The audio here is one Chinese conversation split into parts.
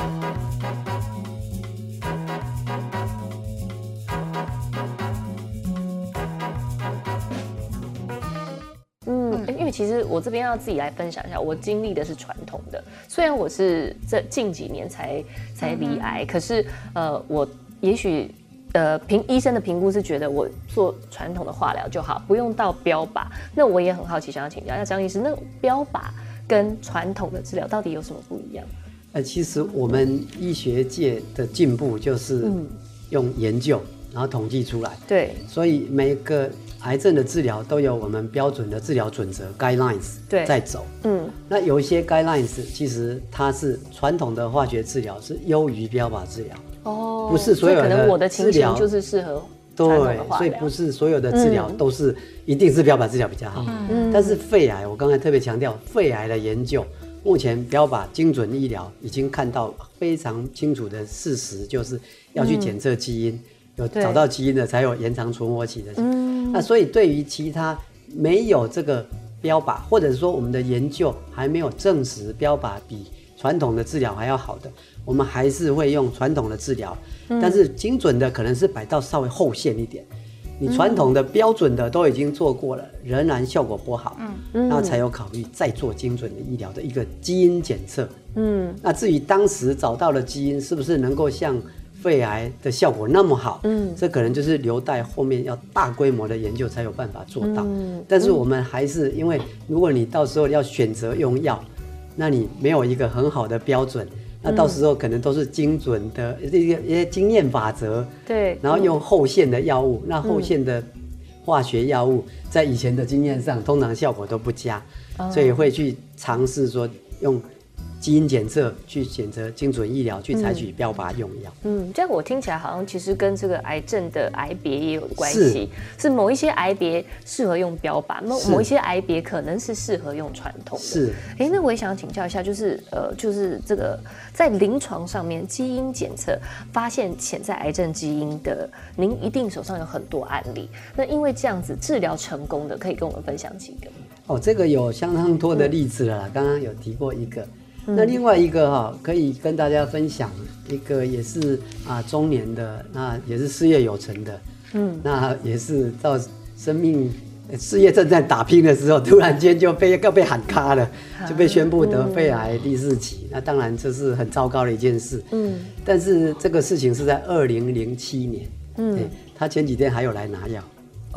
因为其实我这边要自己来分享一下，我经历的是传统的，虽然我是这近几年才罹癌，可是我也许医生的评估是觉得我做传统的化疗就好，不用到标靶。那我也很好奇，想要请教一下张医师，那标靶跟传统的治疗到底有什么不一样？ 其实我们医学界的进步就是用研究，然后统计出来。 对， 所以每个癌症的治疗都有我们标准的治疗准则 guidelines 在走。那有一些 guidelines 其实它是传统的化学治疗是优于标靶治疗。不是所有的治疗， 可能我的情形就是适合传统的化疗， 所以不是所有的治疗都是一定是标靶治疗比较好。但是肺癌，我刚才特别强调，肺癌的研究目前标靶精准医疗已经看到非常清楚的事实，就是要去检测基因，有找到基因的才有延长存活期的。那所以对于其他没有这个标靶，或者说我们的研究还没有证实标靶比传统的治疗还要好的，我们还是会用传统的治疗，但是精准的可能是摆到稍微后线一点。你传统的标准的都已经做过了，仍然效果不好，那才有考虑再做精准的医疗的一个基因检测。那至于当时找到的基因是不是能够像肺癌的效果那么好，这可能就是留待后面要大规模的研究才有办法做到。但是我们还是因为如果你到时候要选择用药，那你没有一个很好的标准，那到时候可能都是精准的一些经验法则， 对， 然后用后线的药物，那后线的化学药物在以前的经验上通常效果都不佳，所以会去尝试说用基因检测去选择精准医疗，去采取标靶用药。 这样我听起来好像其实跟这个癌症的癌别也有关系，是某一些癌别适合用标靶，某一些癌别可能是适合用传统的。 是， 那我也想请教一下，就是这个在临床上面基因检测发现潜在癌症基因的，您一定手上有很多案例。那因为这样子治疗成功的，可以跟我们分享几个？ 这个有相当多的例子了啦，刚刚有提过一个。那另外一个可以跟大家分享一个也是中年的，那也是事业有成的，那也是到生命事业正在打拼的时候，突然间就被喊卡了，就被宣布得肺癌第4期。那当然这是很糟糕的一件事。但是这个事情是在2007年，他前几天还有来拿药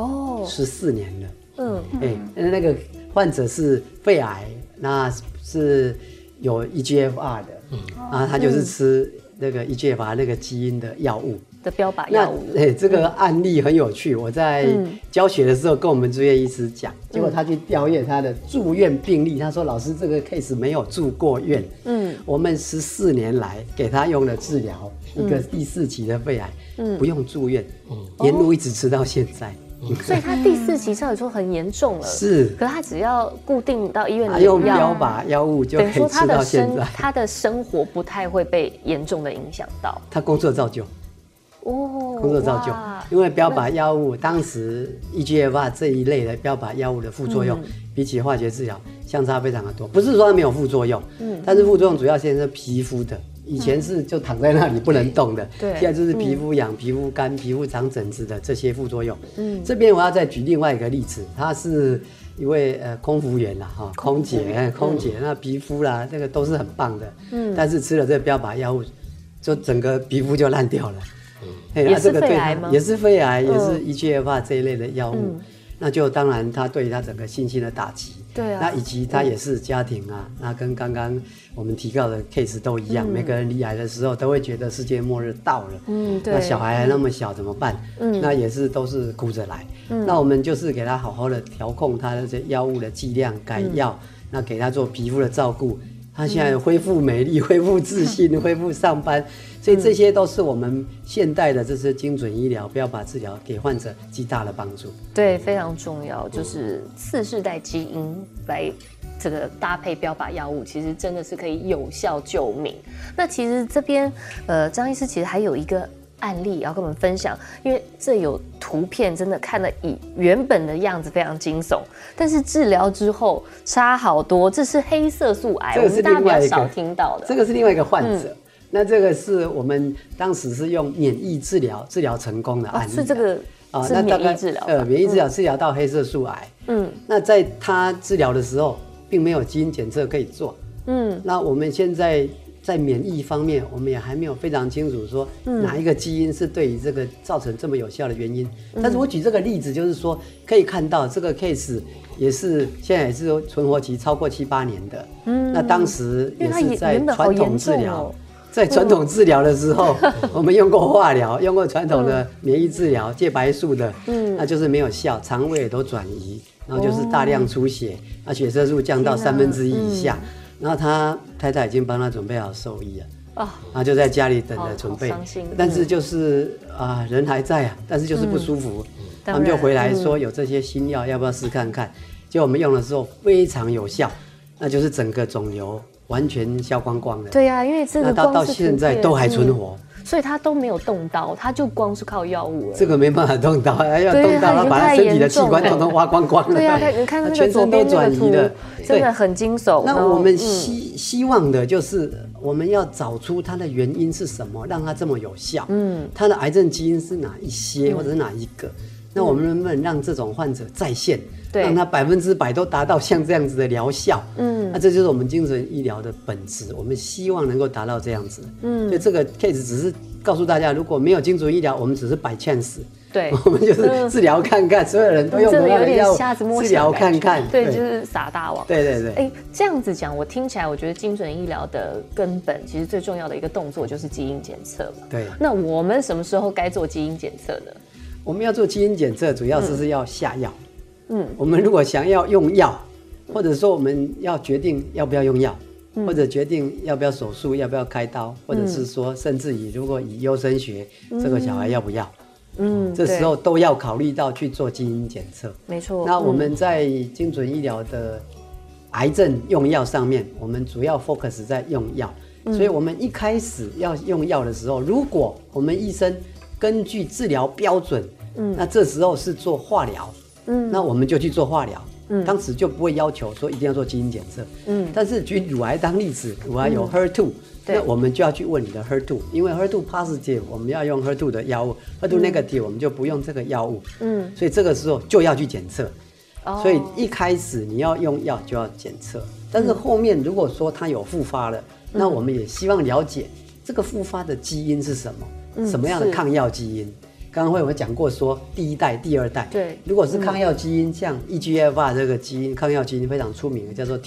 ，14年了。那个患者是肺癌，那是有 EGFR 的，他就是吃那个 EGFR 那个基因的药物的标靶药物。 这个案例很有趣，我在教学的时候跟我们住院医师讲，结果他去调阅他的住院病历，他说老师这个 case 没有住过院，我们14年来给他用的治疗，一个第4期的肺癌，不用住院，沿路一直吃到现在。 所以他第4期照理说很严重了， 是， 可是他只要固定到医院里用标靶药物就可以吃到现在。 他的生活不太会被严重的影响到， 他工作照旧。工作照旧，因为标靶药物当时 EGFR 这一类的标靶药物的副作用，比起化学治疗相差非常的多。不是说它没有副作用，但是副作用主要现在是皮肤的。以前是就躺在那里不能动的，现在就是皮肤痒、皮肤干、皮肤长疹子的这些副作用。这边我要再举另外一个例子，他是一位空服员啦，空姐，那皮肤啦，这个都是很棒的，但是吃了这个标靶药物，就整个皮肤就烂掉了。 也是肺癌吗？ 也是肺癌，也是 EGFR 这一类的药物。那就当然他对他整个信心的打击， 对啊， 那以及他也是家庭那跟刚刚我们提到的 case 都一样，每个人罹癌的时候都会觉得世界末日到了，对，那小孩还那么小怎么办？那也是都是哭着来，那我们就是给他好好的调控他的这药物的剂量，改药，那给他做皮肤的照顾，他现在恢复美丽，恢复自信，恢复上班。所以这些都是我们现代的这些精准医疗、标靶治疗给患者极大的帮助。 对，非常重要，就是4世代基因来这个搭配标靶药物，其实真的是可以有效救命。那其实这边张医师其实还有一个案例要跟我们分享，因为这有图片，真的看了原本的样子非常惊悚，但是治疗之后差好多。这是黑色素癌，我们大家比较少听到的。 这个是另外一个患者。 那这个是我们当时是用免疫治疗成功的案例。 是这个是免疫治疗免疫治疗治疗到黑色素癌。那在他治疗的时候，并没有基因检测可以做。那我们现在在免疫方面，我们也还没有非常清楚说哪一个基因是对于这个造成这么有效的原因。但是我举这个例子，就是说可以看到这个 case 也是现在也是存活期超过7、8年的。那当时也是在传统治疗。在传统治疗的时候，我们用过化疗，用过传统的免疫治疗，戒白素的，那就是没有效，肠胃也都转移，然后就是大量出血，那血色素降到1/3以下，然后他太太已经帮他准备好兽医了，然后就在家里等着准备，但是就是人还在啊，但是就是不舒服，他们就回来说有这些新药，要不要试看看？结果我们用的时候非常有效，那就是整个肿瘤完全消光光了。 对呀，因为这个到现在都还存活， 所以他都没有动刀，他就光是靠药物了。 这个没办法动刀，要动刀，他把他身体的器官统统挖光光了。 对呀，你看那个全身都转移了， 真的很惊悚。 那我们希望的就是我们要找出它的原因是什么，让它这么有效。它的癌症基因是哪一些，或者是哪一个？那我们能不能让这种患者再现？让他100%都达到像这样子的疗效，那这就是我们精神医疗的本质，我们希望能够达到这样子，所以这个 case 只是告诉大家，如果没有精准医疗，我们只是by chance， 对， 我们就是治疗看看，所有人都用同样的药物治疗看看， 对，就是撒大网， 对， 这样子讲，我听起来，我觉得精准医疗的根本，其实最重要的一个动作就是基因检测嘛， 对， 那我们什么时候该做基因检测呢？ 我们要做基因检测，主要是要下药。我们如果想要用药，或者说我们要决定要不要用药，或者决定要不要手术，要不要开刀，或者是说甚至如果以优生学，这个小孩要不要，这时候都要考虑到去做基因检测。 没错。 那我们在精准医疗的癌症用药上面，我们主要 focus 在用药，所以我们一开始要用药的时候，如果我们医生根据治疗标准，那这时候是做化疗。那我们就去做化疗，当时就不会要求说一定要做基因检测，但是举乳癌当例子，乳癌有 HER2，那我们就要去问你的 HER2，因为 HER2 positive 我们要用 HER2 的药物，HER2 negative 我们就不用这个药物，所以这个时候就要去检测，所以一开始你要用药就要检测，但是后面如果说它有复发了，那我们也希望了解这个复发的基因是什么，什么样的抗药基因。刚刚我们讲过说第一代、第二代， 对， 如果是抗药基因，像 EGFR 这个基因，抗药基因非常出名的，叫做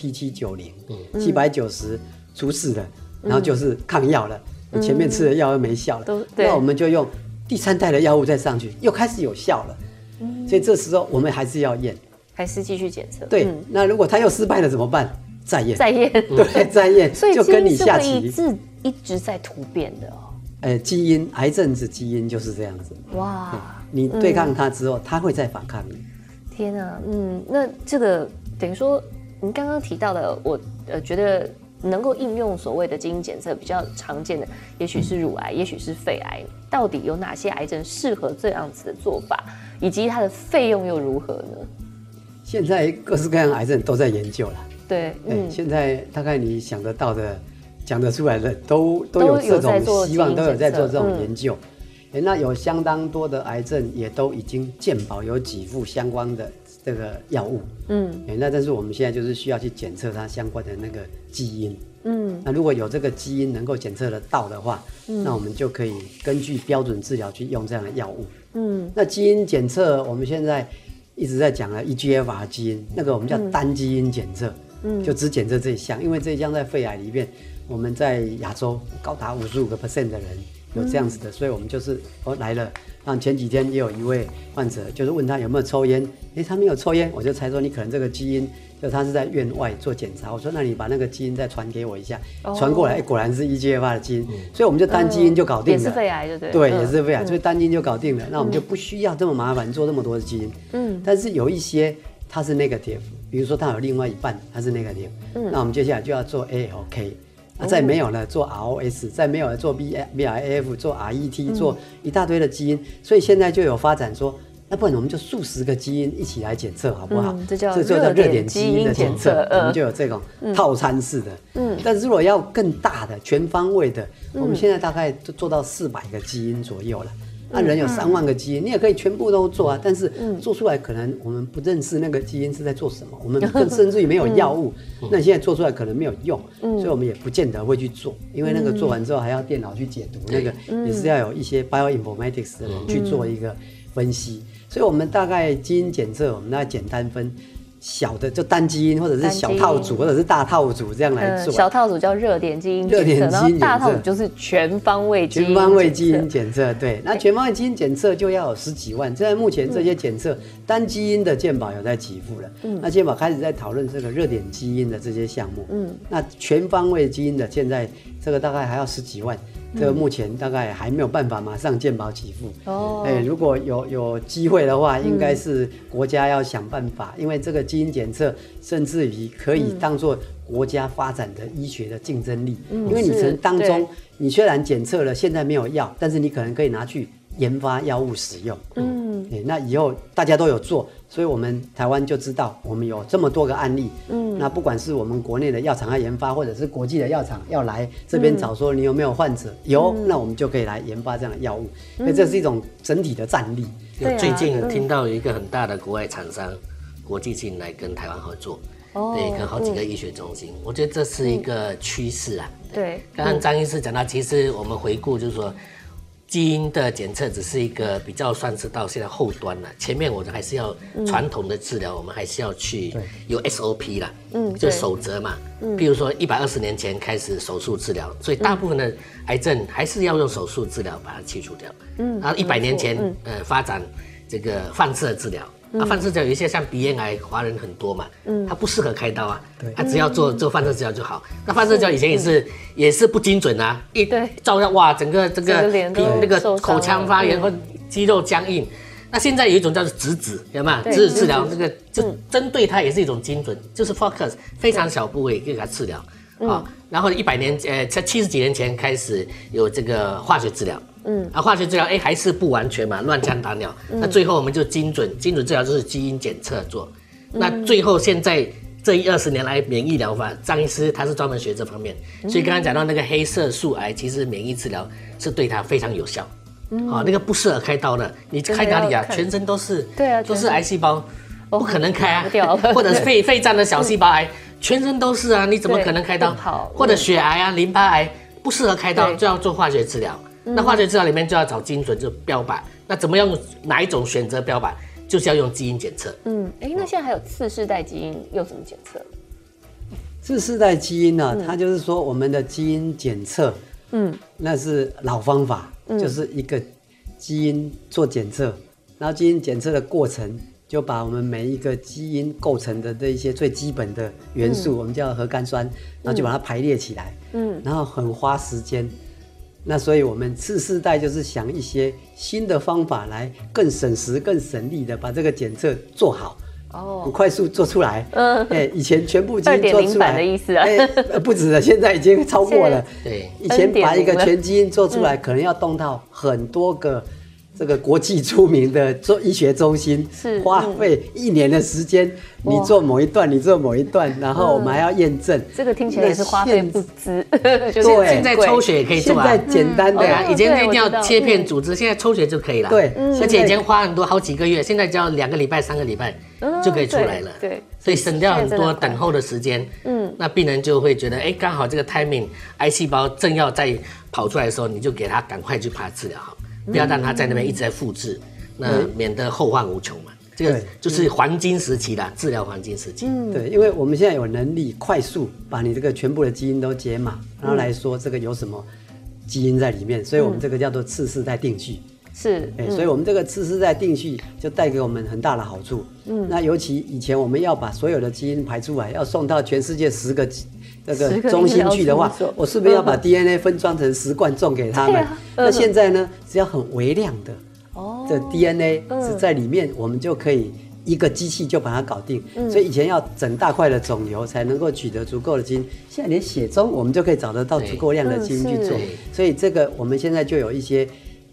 T790，790出事了，然后就是抗药了，你前面吃的药又没效了，那我们就用第3代的药物再上去，又开始有效了，所以这时候我们还是要验， 还是继续检测。 对，那如果他又失败了怎么办？再验，对，再验， 所以就跟你下棋是一直在突变的哦。 基因癌症是基因就是这样子。哇，你对抗它之后，它会再反抗你。 天啊，那这个等于说，您刚刚提到的，我觉得能够应用所谓的基因检测比较常见的，也许是乳癌，也许是肺癌。到底有哪些癌症适合这样子的做法，以及它的费用又如何呢？ 现在各式各样的癌症都在研究了。 对， 现在大概你想得到的。讲得出来的都有这种希望，都有在做这种研究。那有相当多的癌症也都已经健保有给付相关的这个药物。那但是我们现在就是需要去检测它相关的那个基因。那如果有这个基因能够检测得到的话，那我们就可以根据标准治疗去用这样的药物。那基因检测我们现在一直在讲了 EGFR 基因，那个我们叫单基因检测，就只检测这一项，因为这一项在肺癌里面。我们在亚洲高达55% 的人有这样子的，所以我们就是来了。那前几天也有一位患者，就是问他有没有抽烟，他没有抽烟，我就猜说你可能这个基因，就他是在院外做检查。我说那你把那个基因再传给我一下，传过来，果然是 EGFR 的基因，所以我们就单基因就搞定了， 也是肺癌，对不对？ 对，也是肺癌，所以单基因就搞定了。那我们就不需要这么麻烦做这么多的基因。但是有一些它是 negative， 比如说它有另外一半它是 negative，那我们接下来就要做 ALK。再没有了做 ROS， 再没有了做 BRAF， 做 RET， 做一大堆的基因，所以现在就有发展说， 那不然我们就数十个基因一起来检测好不好？ 这叫热点基因的检测，我们就有这种套餐式的。但是如果要更大的、全方位的，我们现在大概就做到400个基因左右了。人有3万个基因，你也可以全部都做啊。但是做出来可能我们不认识那个基因是在做什么，我们甚至于没有药物，那你现在做出来可能没有用，所以我们也不见得会去做，因为那个做完之后还要电脑去解读，那个也是要有一些 bioinformatics 的人去做一个分析。所以我们大概基因检测，我们大概简单分小的就单基因，或者是小套组，或者是大套组这样来做。 小套组叫热点基因检测，然后大套组就是全方位基因检测。 对，那全方位基因检测就要有10几万。现在目前这些检测单基因的健保有在给付了，那健保开始在讨论这个热点基因的这些项目。那全方位基因的现在这个大概还要10几万。这个目前大概还没有办法马上健保给付。如果有机会的话，应该是国家要想办法，因为这个基因检测甚至于可以当作国家发展的医学的竞争力。因为你从当中，你虽然检测了，现在没有药，但是你可能可以拿去研发药物使用。那以后大家都有做，所以我们台湾就知道我们有这么多个案例。那不管是我们国内的药厂要研发，或者是国际的药厂要来这边找说你有没有患者，有，那我们就可以来研发这样的药物。所以这是一种整体的战力。 最近听到有一个很大的国外厂商，国际性来跟台湾合作，对，跟好几个医学中心，我觉得这是一个趋势啊。 对， 刚刚张医师讲到，其实我们回顾就是说，基因的检测只是一个比较算是到现在后端了，前面我们还是要传统的治疗，我们还是要去有 SOP 啦，就守则嘛。比如说120年前开始手术治疗，所以大部分的癌症还是要用手术治疗把它去除掉。然后100年前发展这个放射治疗。放射治疗有一些像鼻咽癌，华人很多嘛，它不适合开刀啊，它只要做放射治疗就好。那放射治疗以前也是不精准啊，一照要哇，整个那个口腔发炎或肌肉僵硬。那现在有一种叫做质子，有没有？质子治疗那个就针对它也是一种精准，就是 focus 非常小部位给它治疗啊。然后100年在70几年前开始有这个化学治疗。化学治疗还是不完全嘛，乱枪打鸟。那最后我们就精准治疗就是基因检测做。那最后现在这20年来免疫疗法，张医师他是专门学这方面，所以刚刚讲到那个黑色素癌，其实免疫治疗是对它非常有效。那个不适合开刀的，你开哪里啊？全身都是，都是癌细胞，不可能开啊。或者是肺脏的小细胞癌，全身都是啊，你怎么可能开刀？或者血癌啊、淋巴癌不适合开刀，就要做化学治疗。那化学治疗里面就要找精准，就标靶。那怎么用哪一种选择标靶，就是要用基因检测。 那现在还有次世代基因又怎么检测？ 次世代基因呢，它就是说我们的基因检测，那是老方法，就是一个基因做检测，然后基因检测的过程就把我们每一个基因构成的这一些最基本的元素，我们叫核苷酸，然后就把它排列起来，然后很花时间。那所以我们次世代就是想一些新的方法来更省时更省力的把这个检测做好，很快速做出来。以前全部基因做出来 2.0 版的意思啊。 不止了，现在已经超过了。 对， 以前把一个全基因做出来，可能要动到很多个这个国际出名的医学中心，花费1年的时间，你做某一段，你做某一段，然后我们还要验证。 这个听起来也是花费不资。 对， 现在抽血也可以做啊。 现在简单的， 以前一定要切片组织，现在抽血就可以了。 对， 而且以前花很多好几个月，现在只要2个礼拜、3个礼拜就可以出来了。 对， 所以省掉很多等候的时间。那病人就会觉得，刚好这个 timing， 癌细胞正要再跑出来的时候，你就给他赶快去把它治疗好。不要让它在那边一直在复制，那免得后患无穷嘛。这个就是黄金时期啦，治疗黄金时期。 对，因为我们现在有能力快速把你这个全部的基因都解码，然后来说这个有什么基因在里面，所以我们这个叫做次世代定序。所以我们这个次世代定序就带给我们很大的好处。那尤其以前我们要把所有的基因排出来，要送到全世界10个这个中心去的话，我是不是要把 DNA 分装成10罐种给他们？那现在呢，只要很微量的这 DNA 是在里面，我们就可以一个机器就把它搞定。所以以前要整大块的肿瘤才能够取得足够的基因，现在连血中我们就可以找得到足够量的基因去做。所以这个我们现在就有一些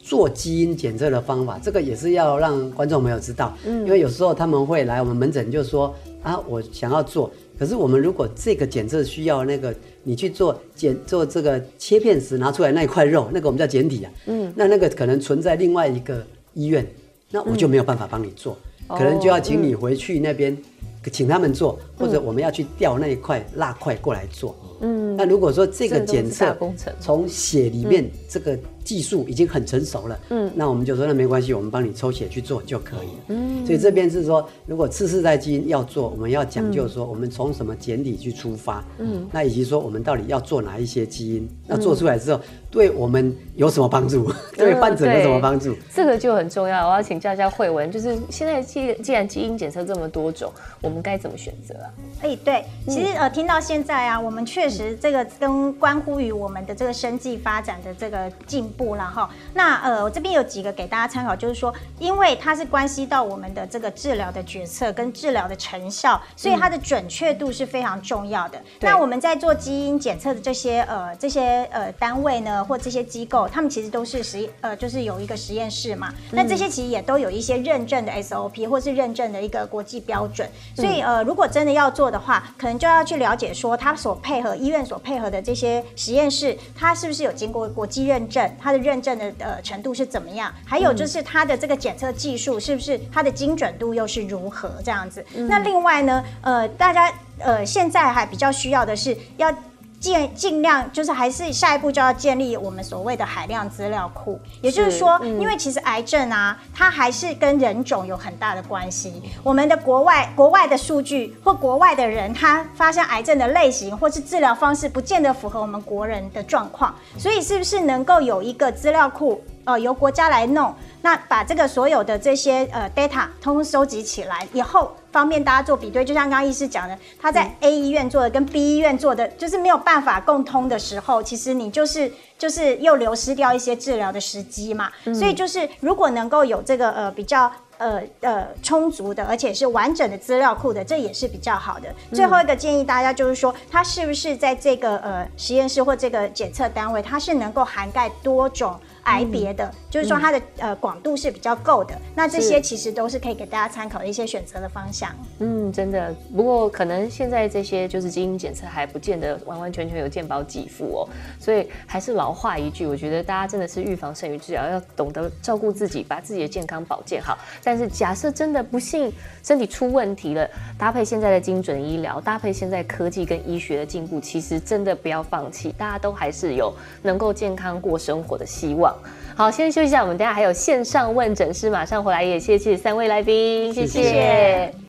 做基因检测的方法，这个也是要让观众朋友知道，因为有时候他们会来我们门诊就说啊，我想要做，可是我们如果这个检测需要那个你去做这个切片时拿出来那一块肉，那个我们叫检体啊，那个可能存在另外一个医院，那我就没有办法帮你做，可能就要请你回去那边。请他们做，或者我们要去调那一块蜡块过来做。那如果说这个检测从血里面这个技术已经很成熟了，那我们就说那没关系，我们帮你抽血去做就可以了。所以这边是说，如果次世代基因要做，我们要讲究说我们从什么检体去出发，那以及说我们到底要做哪一些基因，那做出来之后对我们有什么帮助，对患者有什么帮助， 这个就很重要。我要请教一下慧文，就是现在既然基因检测这么多种，我们该怎么选择啊？ 对，其实听到现在啊，我们确实这个跟关乎于我们的这个生技发展的这个进步啦哈。那我这边有几个给大家参考，就是说，因为它是关系到我们的这个治疗的决策跟治疗的成效，所以它的准确度是非常重要的。那我们在做基因检测的这些单位呢，或这些机构，他们其实都是就是有一个实验室嘛。那这些其实也都有一些认证的 SOP 或是认证的一个国际标准。所以如果真的要做的话，可能就要去了解说，他所配合医院所配合的这些实验室，它是不是有经过国际认证，它的认证的程度是怎么样？还有就是它的这个检测技术是不是它的精准度又是如何这样子？那另外呢，大家现在还比较需要的是要尽量就是还是下一步就要建立我们所谓的海量资料库，也就是说，因为其实癌症啊，它还是跟人种有很大的关系。我们的国外的数据或国外的人，他发现癌症的类型或是治疗方式，不见得符合我们国人的状况，所以是不是能够有一个资料库？由国家来弄，那把这个所有的这些data 通通收集起来以后，方便大家做比对。就像刚刚医师讲的，他在 A 医院做的跟 B 医院做的，就是没有办法共通的时候，其实你就是又流失掉一些治疗的时机嘛。所以就是如果能够有这个比较充足的，而且是完整的资料库的，这也是比较好的。最后一个建议大家就是说，它是不是在这个实验室或这个检测单位，它是能够涵盖多种癌别的，就是说它的广度是比较够的。那这些其实都是可以给大家参考的一些选择的方向。 真的。不过可能现在这些就是基因检测还不见得完完全全有健保给付哦，所以还是老话一句，我觉得大家真的是预防胜于治疗，要懂得照顾自己，把自己的健康保健好。但是假设真的不幸身体出问题了，搭配现在的精准医疗，搭配现在科技跟医学的进步，其实真的不要放弃，大家都还是有能够健康过生活的希望。好，先休息一下，我们等一下还有线上问诊室，马上回来，也谢谢3位来宾，谢谢。